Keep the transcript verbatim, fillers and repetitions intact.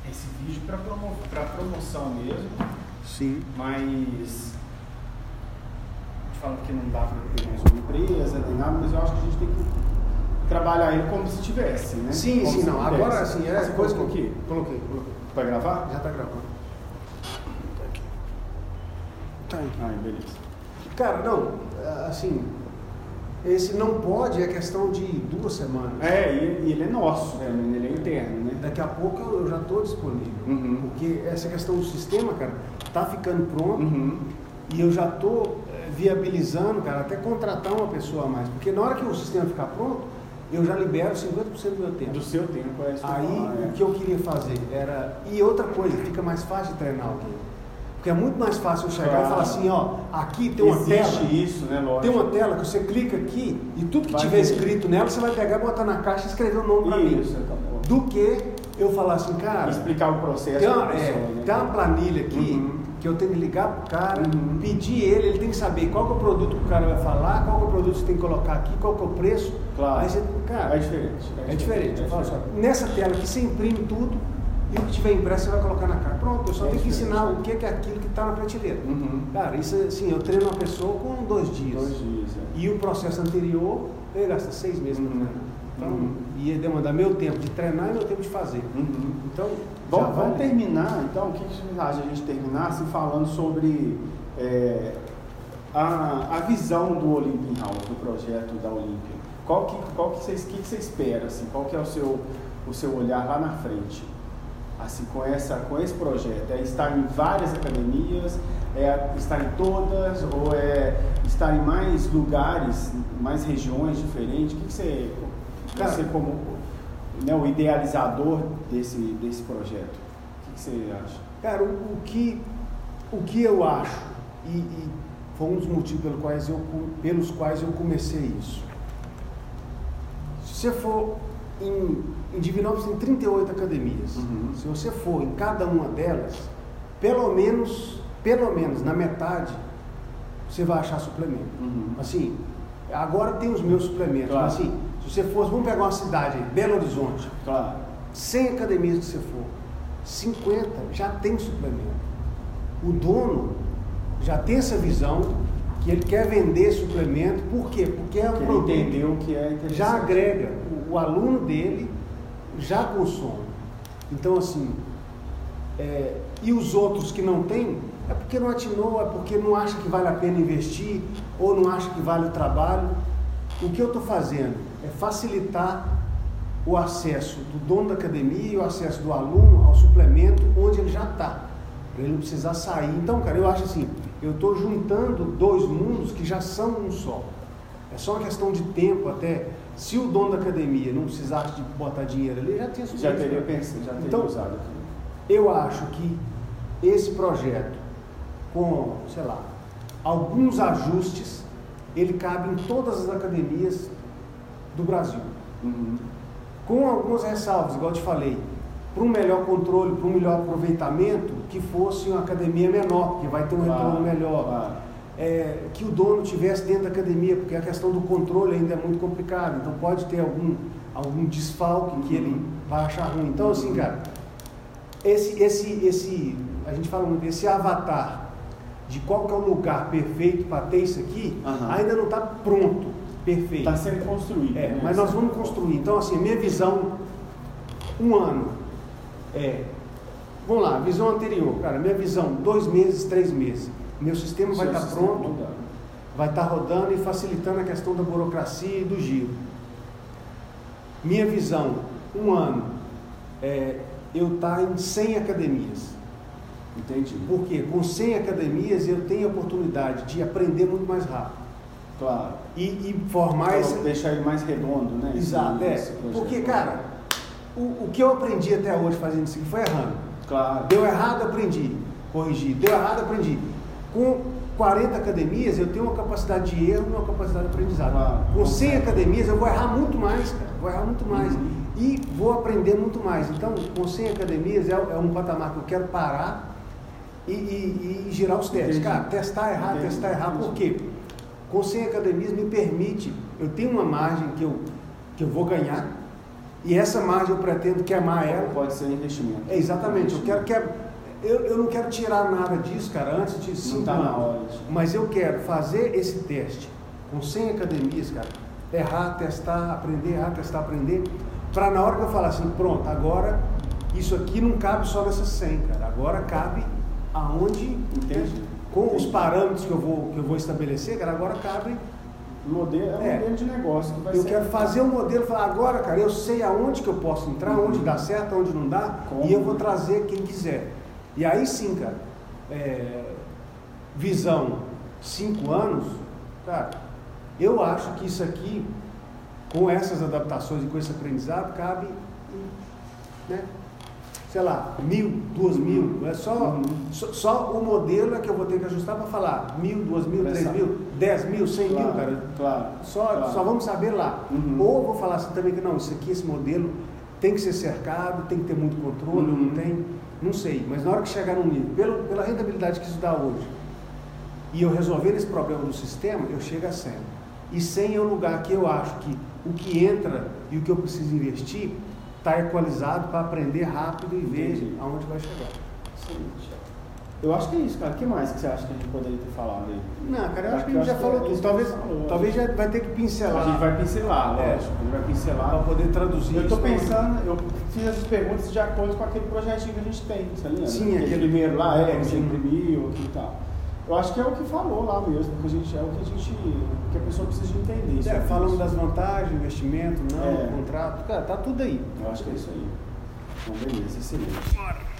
esse vídeo para promo, promoção mesmo. Sim. Mas fala que não dá para ter mais uma empresa, nem nada, mas eu acho que a gente tem que trabalhar ele como se tivesse, né? Sim, como sim, não. Pudesse. Agora, assim, é Você coisa que eu aqui? Coloquei, coloquei. Vai gravar? Já tá gravando. Tá aqui. Tá aí. Ah, beleza. Cara, não, assim, esse não pode é questão de duas semanas. É, e ele é nosso é. também, ele é interno, né? Daqui a pouco eu já estou disponível. Uhum. Porque essa questão do sistema, cara, tá ficando pronto uhum. e eu já estou viabilizando, cara, até contratar uma pessoa a mais. Porque na hora que o sistema ficar pronto, eu já libero cinquenta por cento do meu tempo. Do seu tempo, é isso. Aí falar, é. o que eu queria fazer era... E outra coisa, fica mais fácil de treinar alguém. Porque é muito mais fácil eu chegar claro. e falar assim, ó, aqui tem uma Existe tela. isso, né, lógico. Tem uma tela que você clica aqui e tudo que vai tiver ver. escrito nela, você vai pegar, botar na caixa e escrever o nome para mim. Isso, acabou. Do que eu falar assim, cara... Explicar o processo. Tem uma, pessoa, é, né? tem uma planilha aqui uhum. que eu tenho que ligar pro cara, uhum. pedir ele, ele tem que saber qual que é o produto que o cara vai falar, qual que é o produto que você tem que colocar aqui, qual que é o preço. Claro. Aí você, cara, é diferente. É, é diferente. Eu falo só, nessa tela aqui você imprime tudo e o que tiver impresso você vai colocar na cara. Pronto, eu só é tenho que diferente. ensinar o que é aquilo que está na prateleira. Uhum. Cara, isso assim, eu treino uma pessoa com dois dias. Dois dias, é. E o processo anterior, eu ia gastar seis meses para uhum. treinar. Então, uhum. ia demandar meu tempo de treinar e meu tempo de fazer. Uhum. Então, Bom, vamos vamos terminar, então, o que você acha de a gente terminar assim, falando sobre é, a, a visão do Olympian House, do projeto da Olímpia. Qual que, qual que, você, que, que você espera, assim, qual que é o seu, o seu olhar lá na frente, assim, com, essa, com esse projeto? É estar em várias academias, é estar em todas, ou é estar em mais lugares, mais regiões diferentes? O que, que você, Cara, você como... né, o idealizador desse, desse projeto. O que, que você acha? Cara, o, o, que, o que eu acho, e, e foi um dos motivos pelos quais eu, pelos quais eu comecei isso. Se você for em, em Divinópolis tem trinta e oito academias. Uhum. Se você for em cada uma delas, pelo menos, pelo menos na metade, você vai achar suplemento. Uhum. Assim, agora tem os meus suplementos, claro. mas assim, se você fosse, vamos pegar uma cidade aí, Belo Horizonte, claro. cem academias que você for, cinquenta já tem suplemento. O dono já tem essa visão que ele quer vender suplemento, por quê? Porque é um Porque produto, ele entendeu que é interessante. já agrega, o, o aluno dele já consome. Então assim, é, e os outros que não tem, é porque não atinou, é porque não acha que vale a pena investir, ou não acha que vale o trabalho. O que eu estou fazendo é facilitar o acesso do dono da academia e o acesso do aluno ao suplemento onde ele já está, para ele não precisar sair. Então, cara, eu acho assim, eu estou juntando dois mundos que já são um só. É só uma questão de tempo até. Se o dono da academia não precisasse de botar dinheiro ali, já tinha Já teria pensado, já teria então, usado. Eu acho que esse projeto, com, sei lá, alguns ajustes, ele cabe em todas as academias do Brasil. Uhum. Com algumas ressalvas, igual eu te falei, para um melhor controle, para um melhor aproveitamento, que fosse uma academia menor, que vai ter um claro, retorno melhor. Claro. É, que o dono tivesse dentro da academia, porque a questão do controle ainda é muito complicada, então pode ter algum, algum desfalque que uhum. ele vai achar ruim. Então, assim, cara, esse, esse, esse, a gente fala muito, esse avatar de qual que é o lugar perfeito para ter isso aqui, uhum. ainda não está pronto, perfeito. Está sendo construído. É, né? mas nós vamos construir. Então, assim, minha visão, um ano, é, vamos lá, visão anterior, cara, minha visão, dois meses, três meses, meu sistema vai estar tá pronto, mudando. vai estar tá rodando e facilitando a questão da burocracia e do giro. Minha visão, um ano, é, eu estar tá em cem academias. Entendi. Por quê? Com cem academias eu tenho a oportunidade de aprender muito mais rápido. Claro. E, e formar então, esse... deixar ele mais redondo, né? Exato, esse, é. esse Porque, cara, o, o que eu aprendi até hoje fazendo isso aqui foi errando. Claro. Deu errado, aprendi. Corrigi. Deu errado, aprendi. Com quarenta academias, eu tenho uma capacidade de erro e uma capacidade de aprendizado. Claro. Com cem academias, eu vou errar muito mais, cara. Vou errar muito mais. Uhum. E vou aprender muito mais. Então, com cem academias, é, é um patamar que eu quero parar e, e, e girar os testes. Entendi. Cara, testar, errar, Entendi. testar, errar. Por quê? Com cem academias me permite, eu tenho uma margem que eu, que eu vou ganhar, E essa margem eu pretendo queimar ela. Pode ser investimento. É, exatamente. Eu quero que eu, eu não quero tirar nada disso, cara, antes de cinco tá anos. Mas eu quero fazer esse teste com cem academias, cara. Errar, testar, aprender, errar, testar, aprender. Para na hora que eu falar assim, pronto, agora isso aqui não cabe só nessas cem, cara. Agora cabe aonde, Entendi. com Entendi. os parâmetros que eu vou, que eu vou estabelecer, cara, agora cabe. Modelo, é um É. modelo de negócio que vai Eu ser. quero fazer um modelo, falar agora, cara, eu sei aonde que eu posso entrar, Uhum. onde dá certo, onde não dá, Como? e eu vou trazer quem quiser. E aí sim, cara, é, visão cinco anos, cara, eu acho que isso aqui, com essas adaptações e com esse aprendizado, cabe em, né, sei lá, mil, duas mil, é só, Uhum. só, só o modelo é que eu vou ter que ajustar para falar mil, duas mil, três Começar. mil, dez mil, cem Claro, mil, cara. claro, Só, claro. só vamos saber lá. Uhum. Ou eu vou falar assim também que não, isso aqui, esse modelo tem que ser cercado, tem que ter muito controle, Uhum. não tem, não sei. Mas na hora que chegar num nível, pelo, pela rentabilidade que isso dá hoje, e eu resolver esse problema do sistema, eu chego a cem. E cem é o lugar que eu acho que o que entra e o que eu preciso investir está equalizado para aprender rápido e ver Entendi. aonde vai chegar. Excelente. Eu acho que é isso, cara. O que mais que você acha que a gente poderia ter falado aí? Não, cara, eu acho que a Eu gente já acho falou que é tudo. isso Talvez, que a gente falou, talvez acho. já vai ter que pincelar. A gente vai pincelar, É. lógico. A gente vai pincelar. Para poder traduzir. Eu estou isso. pensando, eu fiz essas perguntas de acordo com aquele projetinho que a gente tem, você lembra? Sim, aquele- primeiro lá, é, que você Sim. imprimiu aqui e tal. Eu acho que é o que falou lá mesmo, porque a gente, é o que a gente, que a pessoa precisa de entender. É, sobre falamos isso. das vantagens, investimento, não, É. contrato, cara, tá tudo aí. Eu acho que é isso aí. Então, beleza, excelente.